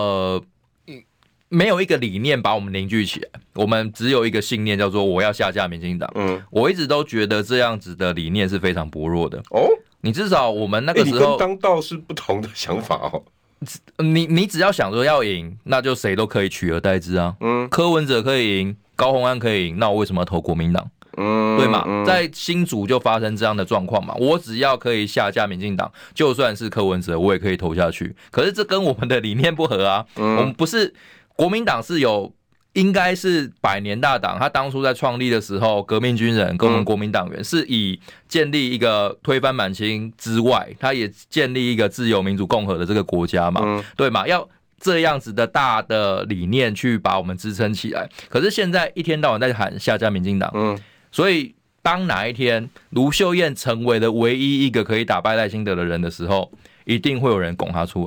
没有一个理念把我们凝聚起来，我们只有一个信念，叫做我要下架民进党。我一直都觉得这样子的理念是非常薄弱的。你至少我们那个时候， 你跟当道是不同的想法哦。 你只要想说要赢，那就谁都可以取而代之啊。柯文哲可以赢，高虹安可以赢，那我为什么要投国民党？对嘛？在新竹就发生这样的状况嘛。我只要可以下架民进党，就算是柯文哲，我也可以投下去。可是这跟我们的理念不合啊。我们不是。国民党是应该是100年大党，他当初在创立的时候，革命军人跟我们国民党员是以建立一个推翻满清之外，他也建立一个自由民主共和的这个国家嘛，对嘛？要这样子的大的理念去把我们支撑起来。可是现在一天到晚在喊下架民进党，所以当哪一天卢秀燕成为了唯一一个可以打败赖清德的人的时候，一定会有人拱他出来。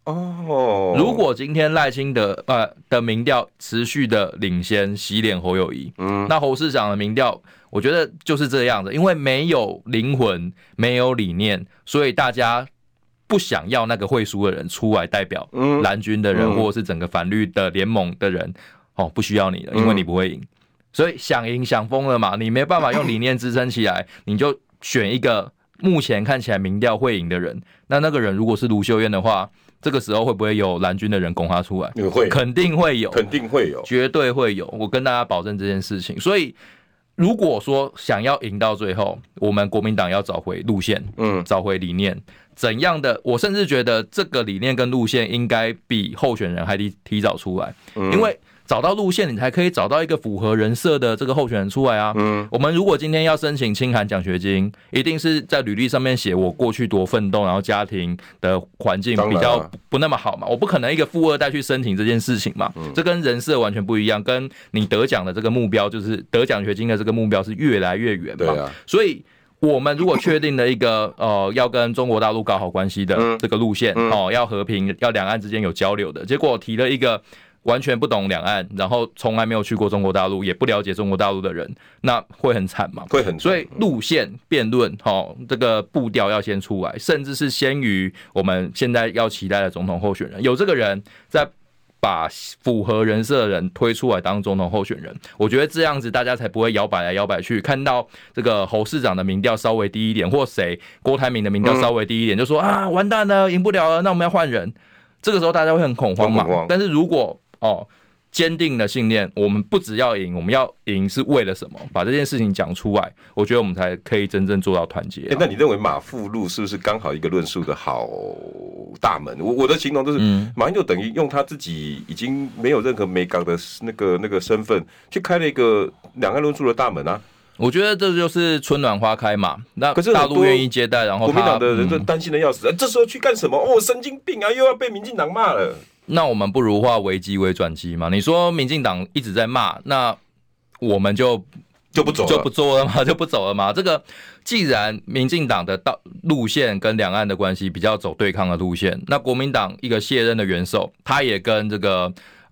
哦，如果今天赖清德的民调持续的领先洗脸侯友宜，那侯市长的民调，我觉得就是这样的，因为没有灵魂，没有理念，所以大家不想要那个会输的人出来代表蓝军的人，或者是整个反绿的联盟的人，不需要你了，因为你不会赢，所以想赢想疯了嘛，你没办法用理念支撑起来，你就选一个目前看起来民调会赢的人，那个人如果是卢秀燕的话。这个时候会不会有蓝军的人拱他出来？ 会， 肯定会有， 肯定会有， 绝对会有。我跟大家保证这件事情。所以，如果说想要赢到最后，我们国民党要找回路线，找回理念，怎样的？我甚至觉得这个理念跟路线应该比候选人还提早出来，因为。找到路线，你才可以找到一个符合人设的这个候选人出来啊。我们如果今天要申请清寒奖学金，一定是在履历上面写我过去多奋斗，然后家庭的环境比较不那么好嘛。我不可能一个富二代去申请这件事情嘛。这跟人设完全不一样，跟你得奖的这个目标，就是得奖学金的这个目标是越来越远嘛。所以。我们如果确定了一个要跟中国大陆搞好关系的这个路线，要和平，要两岸之间有交流的，结果提了一个完全不懂两岸，然后从来没有去过中国大陆，也不了解中国大陆的人，那会很惨嘛？会很惨。所以路线辩论，这个步调要先出来，甚至是先于我们现在要期待的总统候选人，有这个人在。把符合人设的人推出来当总统候选人，我觉得这样子大家才不会摇摆来摇摆去，看到这个侯市长的民调稍微低一点，或郭台铭的民调稍微低一点，就说啊完蛋了，赢不了了，那我们要换人。这个时候大家会很恐慌嘛。但是如果坚定的信念，我们不只要赢，我们要赢是为了什么？把这件事情讲出来，我觉得我们才可以真正做到团结。 那你认为马富路是不是刚好一个论述的好大门？我的形容就是，马英九等于用他自己已经没有任何美港的那个身份，去开了一个两岸论述的大门啊。 我觉得这就是春暖花开嘛。那大陆愿意接待，然后国民党的人就担心的要死，这时候去干什么？神经病啊，又要被民进党骂了。 那我们不如化危机为转机嘛？你说民进党一直在骂，那我们就不走了，就不做了吗？就不走了吗？这个既然民进党的路线跟两岸的关系比较走对抗的路线，那国民党一个卸任的元首，他也跟这个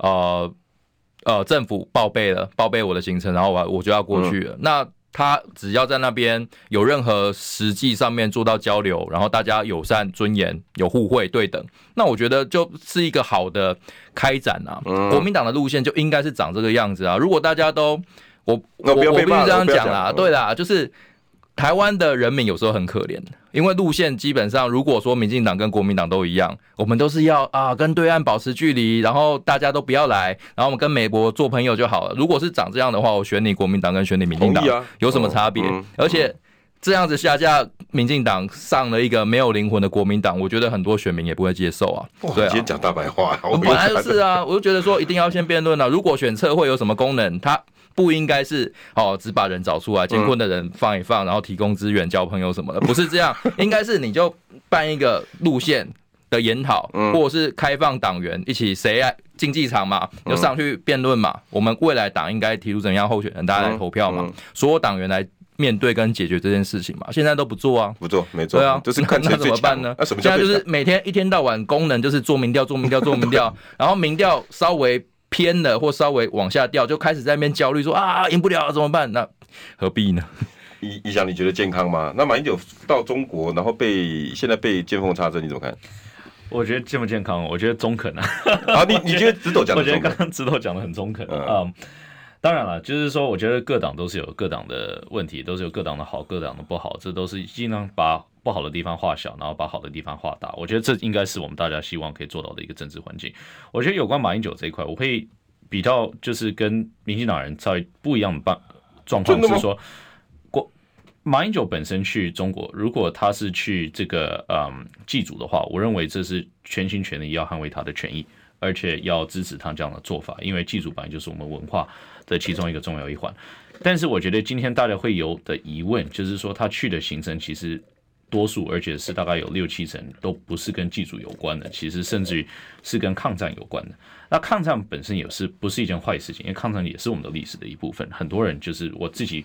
政府报备我的行程，然后我就要过去了。那他只要在那边有任何实际上面做到交流，然后大家友善、尊严、有互惠、对等，那我觉得就是一个好的开展啊。国民党的路线就应该是长这个样子啊。如果大家都我必须这样讲啦，对啦，就是台湾的人民有时候很可怜，因为路线基本上，如果说民进党跟国民党都一样，我们都是要跟对岸保持距离，然后大家都不要来，然后我们跟美国做朋友就好了。如果是长这样的话，我选你国民党跟选你民进党有什么差别？而且这样子下架民进党，上了一个没有灵魂的国民党，我觉得很多选民也不会接受啊。 对啊，今天讲大白话，我本来就是啊，我就觉得说一定要先辩论啊。如果选测会有什么功能，它不应该是只把人找出来，艰困的人放一放，然后提供资源、交朋友什么的，不是这样。应该是你就办一个路线的研讨，或者是开放党员一起谁爱竞技场嘛，就上去辩论嘛。我们未来党应该提出怎样候选人，大家来投票嘛。所有党员来面对跟解决这件事情嘛。现在都不做啊， 不做，没做。 对啊， 就是看那怎么办呢？现在就是每天一天到晚功能就是做民调，然后民调稍微偏了或稍微往下掉，就开始在那边焦虑说赢不了怎么办？那何必呢？ 一翔，你觉得健康吗？那马英九到中国，然后现在被见缝插针，你怎么看？ 我觉得健不健康，我觉得中肯啊。 你觉得直斗讲的中肯？ 我觉得刚刚直斗讲的很中肯。当然了，就是说，我觉得各党都是有各党的问题，都是有各党的好，各党的不好，这都是尽量把不好的地方化小，然后把好的地方化大。我觉得这应该是我们大家希望可以做到的一个政治环境。我觉得有关马英九这一块，我会比较就是跟民进党人稍微不一样的状况是说，马英九本身去中国，如果他是去这个祭祖的话，我认为这是全心全意要捍卫他的权益，而且要支持他这样的做法，因为祭祖本来就是我们文化的其中一个重要一环。但是我觉得今天大家会有的疑问，就是说他去的行程其实多数，而且是大概有6-7成都不是跟祭祖有关的，其实甚至于是跟抗战有关的。那抗战本身也是不是一件坏事情，因为抗战也是我们的历史的一部分。很多人就是我自己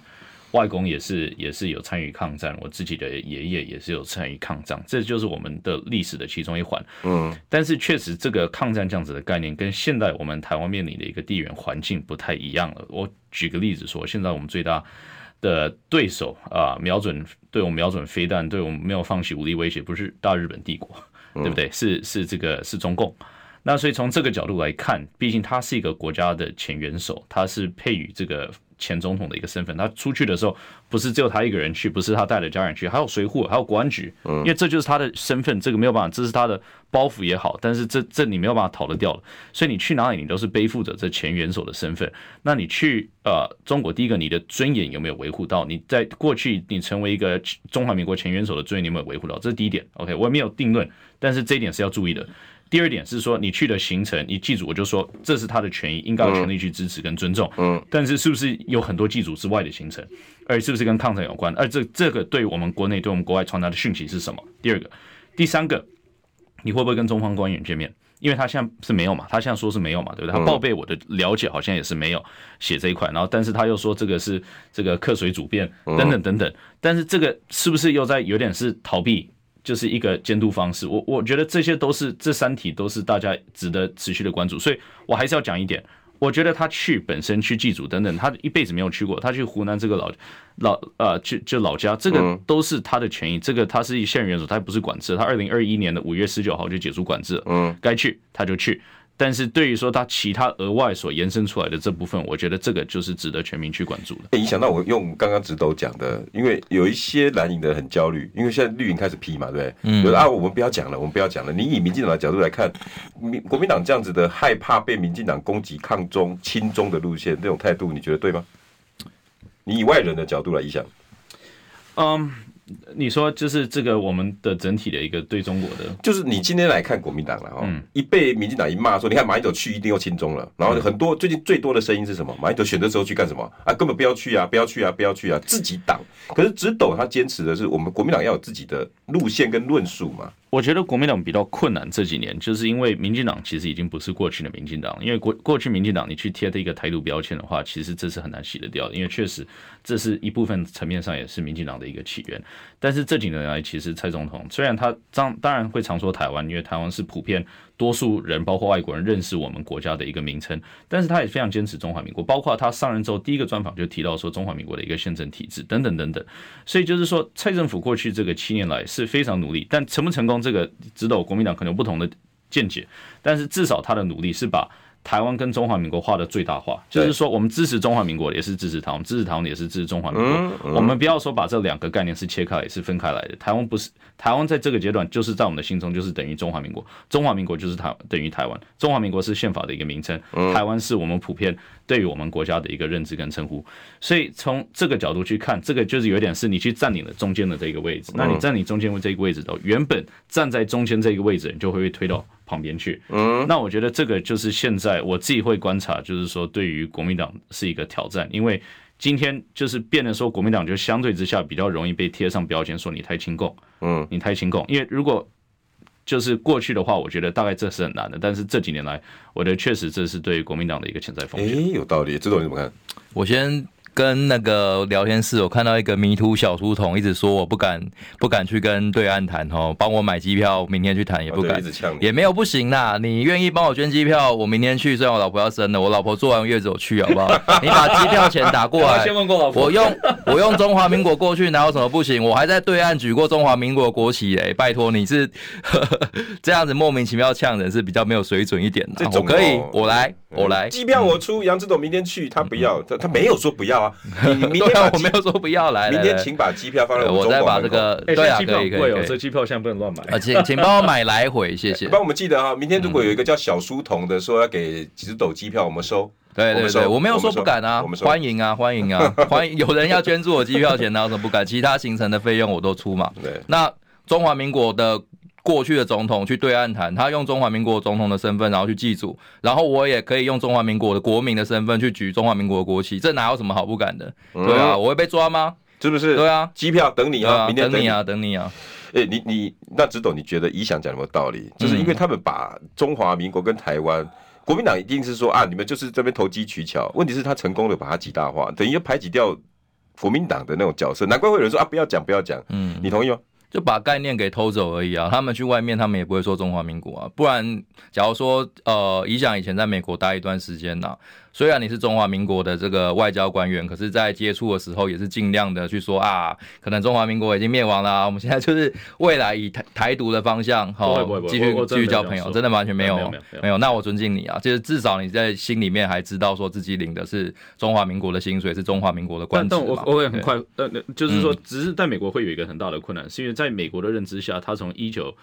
外公也是有参与抗战，我自己的爷爷也是有参与抗战，这就是我们的历史的其中一环。但是确实这个抗战这样子的概念跟现在我们台湾面临的一个地缘环境不太一样了。我举个例子说，现在我们最大的对手对我们瞄准飞弹，对我们没有放弃武力威胁，不是大日本帝国，对不对？是中共。那所以从这个角度来看，毕竟他是一个国家的前元首，他是配予这个前总统的一个身份。他出去的时候，不是只有他一个人去，不是他带着家人去，还有随护，还有国安局，因为这就是他的身份，这个没有办法，这是他的包袱也好，但是这你没有办法逃得掉了。所以你去哪里，你都是背负着这前元首的身份。那你去中国，第一个你的尊严有没有维护到？你在过去你成为一个中华民国前元首的尊严有没有维护到？这是第一点。OK， 我也没有定论，但是这一点是要注意的。第二点是说，你去的行程，你记住，我就说这是他的权益，应该有权利去支持跟尊重。但是是不是有很多祭祖之外的行程，而是不是跟抗战有关？而这个对我们国内、对我们国外传达的讯息是什么？第二个，第三个，你会不会跟中方官员见面？因为他现在是没有嘛，他现在说是没有嘛，对不对？他报备我的了解好像也是没有写这一块，然后但是他又说这个是这个客随主便等等等等，但是这个是不是又在有点是逃避？就是一个监督方式，我觉得这三题都是大家值得持续的关注，所以我还是要讲一点，我觉得他本身去祭祖等等，他一辈子没有去过，他去湖南这个老家，这个都是他的权益，这个他是现任元首，他不是管制，他2021年5月19号就解除管制了，该去他就去。但是对于说他其他额外所延伸出来的这部分，我觉得这个就是值得全民去关注的。 影响到我用刚刚直斗讲的，因为有一些蓝营的很焦虑，因为现在绿营开始批嘛，对不对？我们不要讲了，你以民进党的角度来看，国民党这样子的害怕被民进党攻击抗中亲中的路线，这种态度你觉得对吗？你以外人的角度来影响， 你说就是这个我们的整体的一个对中国的， 就是你今天来看国民党了一被民进党一骂说，你看马英九去一定又亲中了，然后很多最近最多的声音是什么？马英九选的时候去干什么啊？根本不要去啊，自己党。可是直斗他坚持的是我们国民党要有自己的路线跟论述嘛。 我觉得国民党比较困难这几年，就是因为民进党其实已经不是过去的民进党，因为过去民进党你去贴的一个台独标签的话，其实这是很难洗得掉的，因为确实这是一部分层面上也是民进党的一个起源。但是这几年来，其实蔡总统虽然他当然会常说台湾，因为台湾是普遍多数人包括外国人认识我们国家的一个名称，但是他也非常坚持中华民国，包括他上任之后第一个专访就提到说中华民国的一个宪政体制等等等等。所以就是说蔡政府过去这个7年来是非常努力，但成不成功这个直斗国民党可能有不同的见解，但是至少他的努力是把台湾跟中华民国画的最大化，就是说我们支持中华民国也是支持台湾，支持台湾也是支持中华民国。我们不要说把这两个概念是切开来，也是分开来的。台湾不是，台湾在这个阶段就是在我们的心中就是等于中华民国，中华民国就是等于台湾，中华民国是宪法的一个名称，台湾是我们普遍对于我们国家的一个认知跟称呼。所以从这个角度去看，这个就是有点是你去占领了中间的这个位置，那你占领中间这个位置的，原本站在中间这个位置，你就会被推到旁边去。那我觉得这个就是现在我自己会观察，就是说对于国民党是一个挑战，因为今天就是变得说国民党就相对之下比较容易被贴上标签，说你太亲共，你太亲共。因为如果就是过去的话，我觉得大概这是很难的，但是这几年来，我觉得确实这是对国民党的一个潜在风险。 有道理，这种你怎么看？ 我先跟那个聊天室，我看到一个迷途小书童一直说我不敢去跟对岸谈哦，帮我买机票，明天去谈也不敢，也没有不行啦。你愿意帮我捐机票，我明天去，虽然我老婆要生了，我老婆坐完月子我去好不好？你把机票钱打过来， 先问过老婆， 我用中华民国过去，哪有什么不行？我还在对岸举过中华民国国旗嘞，拜托你是这样子莫名其妙呛人是比较没有水准一点的。我可以，我来， 机票我出，杨志斗明天去，他不要，他没有说不要啊。你明天我没有说不要来， 明天请把机票放在我再把这个对啊，可以， 这机票现在不能乱买。 请帮我买来回，谢谢。 帮我们记得哈，明天如果有一个叫小书童的说要给几只斗机票，我们收。 对，我没有说不敢啊，欢迎啊，欢迎，有人要捐助我机票钱，哪有什么不敢？其他行程的费用我都出嘛。对，那中华民国的过去的总统去对岸谈，他用中华民国总统的身份，然后去祭祖，然后我也可以用中华民国的国民的身份去举中华民国的国旗，这哪有什么好不敢的？对啊，我会被抓吗？ 是不是？ 对啊， 机票等你啊，明天等你啊。 你那直斗，你觉得宜翔讲有没有道理？就是因为他们把中华民国跟台湾，国民党一定是说啊，你们就是这边投机取巧，问题是他成功的把它极大化，等于又排挤掉国民党的那种角色，难怪会有人说啊，不要讲，你同意吗？ 就把概念给偷走而已啊！他们去外面，他们也不会说中华民国啊。不然，假如说以想以前在美国待一段时间呐，虽然你是中华民国的这个外交官员，可是在接触的时候也是尽量的去说啊，可能中华民国已经灭亡了啊，我们现在就是未来以台独的方向继续交朋友，真的完全没有。那我尊敬你啊，就是至少你在心里面还知道说自己领的是中华民国的薪水，是中华民国的官职嘛。 但我会很快，就是说，只是在美国会有一个很大的困难，是因为在美国的认知下，他从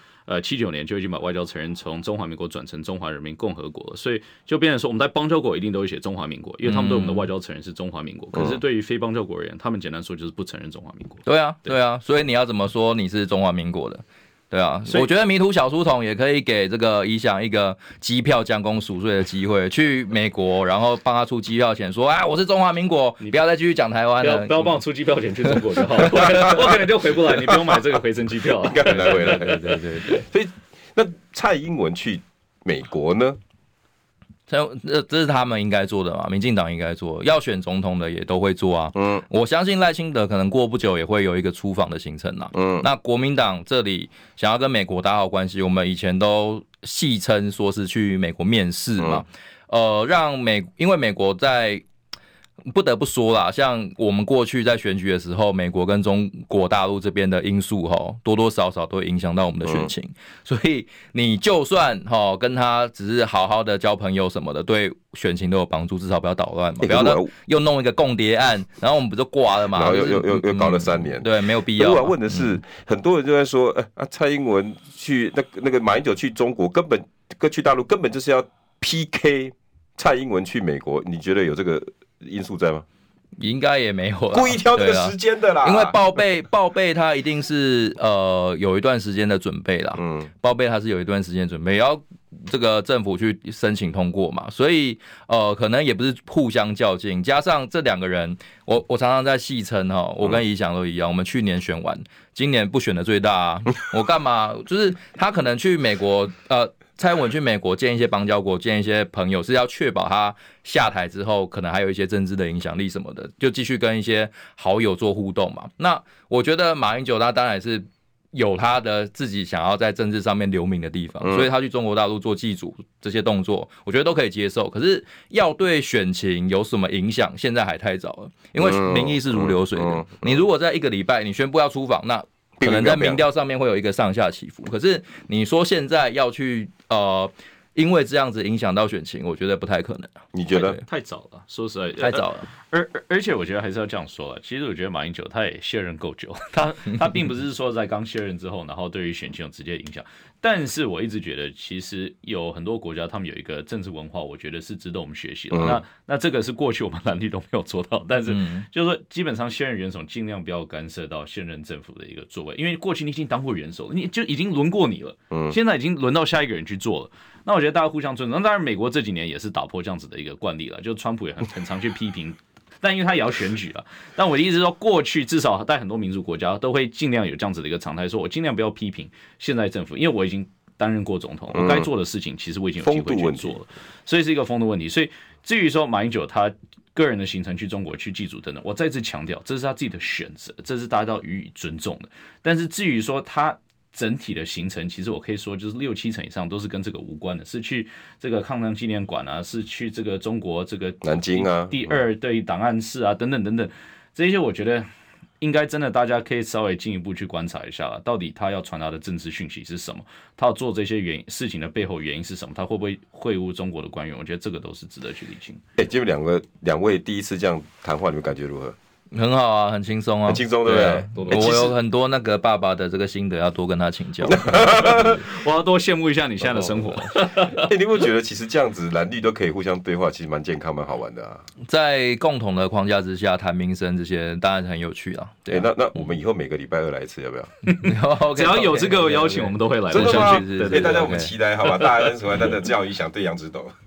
79年就已经把外交承认从中华民国转成中华人民共和国了，所以就变成说我们在邦交国一定都会写中华民国，因为他们对我们的外交承认是中华民国。可是对于非邦交国而言，他们简单说就是不承认中华民国。 对啊，所以你要怎么说你是中华民国的？对啊，我觉得迷途小书童也可以给这个理想一个机票将功赎罪的机会，去美国，然后帮他出机票钱，说啊，我是中华民国，你不要再继续讲台湾了， 不要帮我出机票钱去中国就好了，我可能就回不来，你不用买这个回程机票， 应该很难回来。 对。 所以那蔡英文去美国呢？ 这是他们应该做的嘛，民进党应该做，要选总统的也都会做啊。我相信赖清德可能过不久也会有一个出访的行程啦。那国民党这里想要跟美国打好关系，我们以前都戏称说是去美国面试嘛。因为美国在。不得不说啦，像我们过去在选举的时候，美国跟中国大陆这边的因素多多少少都会影响到我们的选情，所以你就算跟他只是好好的交朋友什么的，对选情都有帮助，至少不要捣乱嘛，不要又弄一个共谍案，然后我们不就挂了嘛？ 然后又搞了3年， 对，没有必要。 我要问的是，很多人就在说，蔡英文去那个马英九去中国，根本去大陆根本就是要 PK 蔡英文去美国，你觉得有这个因素在吗？ 应该也没有啦， 故意挑这个时间的啦。 因为报备他一定是有一段时间的准备啦，报备他是有一段时间准备，要这个政府去申请通过嘛，所以可能也不是互相较劲，加上这两个人，我常常在戏称我跟宜翔都一样，我们去年选完，今年不选的最大啊，我干嘛？就是他可能去美国蔡英文去美国见一些邦交国，见一些朋友，是要确保他下台之后，可能还有一些政治的影响力什么的，就继续跟一些好友做互动嘛。那我觉得马英九他当然是有他的自己想要在政治上面留名的地方，所以他去中国大陆做祭祖这些动作，我觉得都可以接受。可是要对选情有什么影响，现在还太早了，因为民意是如流水的。你如果在1个礼拜你宣布要出访，那可能在民调上面会有一个上下起伏，可是你说现在要去因为这样子影响到选情，我觉得不太可能。 你觉得太早了？说实在， 太早了。 而且我觉得还是要这样说了。其实我觉得马英九他也卸任够久，他并不是说在刚卸任之后，然后对于选情有直接影响。但是我一直觉得，其实有很多国家他们有一个政治文化，我觉得是值得我们学习的。那这个是过去我们蓝绿都没有做到，但是就是说，基本上现任元首尽量不要干涉到现任政府的一个作为，因为过去你已经当过元首，你就已经轮过你了，现在已经轮到下一个人去做了。那我觉得大家互相尊重。那当然，美国这几年也是打破这样子的一个惯例了，就川普也很常去批评。但因为他也要选举了，但我的意思是说，过去至少在很多民主国家都会尽量有这样子的一个常态，说我尽量不要批评现在政府，因为我已经担任过总统，我该做的事情其实我已经有机会去做了，所以是一个风度问题。所以至于说马英九他个人的行程去中国去祭祖等等，我再次强调，这是他自己的选择，这是大家要予以尊重的。但是至于说他整体的行程，其实我可以说就是6-7成以上都是跟这个无关的，是去这个抗战纪念馆啊，是去这个中国这个南京啊第2对档案室啊等等等等，这些我觉得应该真的大家可以稍微进一步去观察一下了，到底他要传达的政治讯息是什么，他要做这些事情的背后原因是什么，他会不会会晤中国的官员，我觉得这个都是值得去理清。 今天两位第一次这样谈话，你们感觉如何？ 很好啊，很轻松啊， 很轻松，对不对？ 我有很多那个爸爸的这个心得要多跟他请教， 我要多羡慕一下你现在的生活。 你有没有觉得其实这样子蓝绿都可以互相对话，其实蛮健康、蛮好玩的啊？ 在共同的框架之下谈民生这些，当然很有趣啊。对啊， 那我们以后每个礼拜2来一次，要不要？ 只要有这个邀请，我们都会来。 真的吗？ 对， 大家我们期待，好吧？大家跟什么？但的教育想对杨指斗。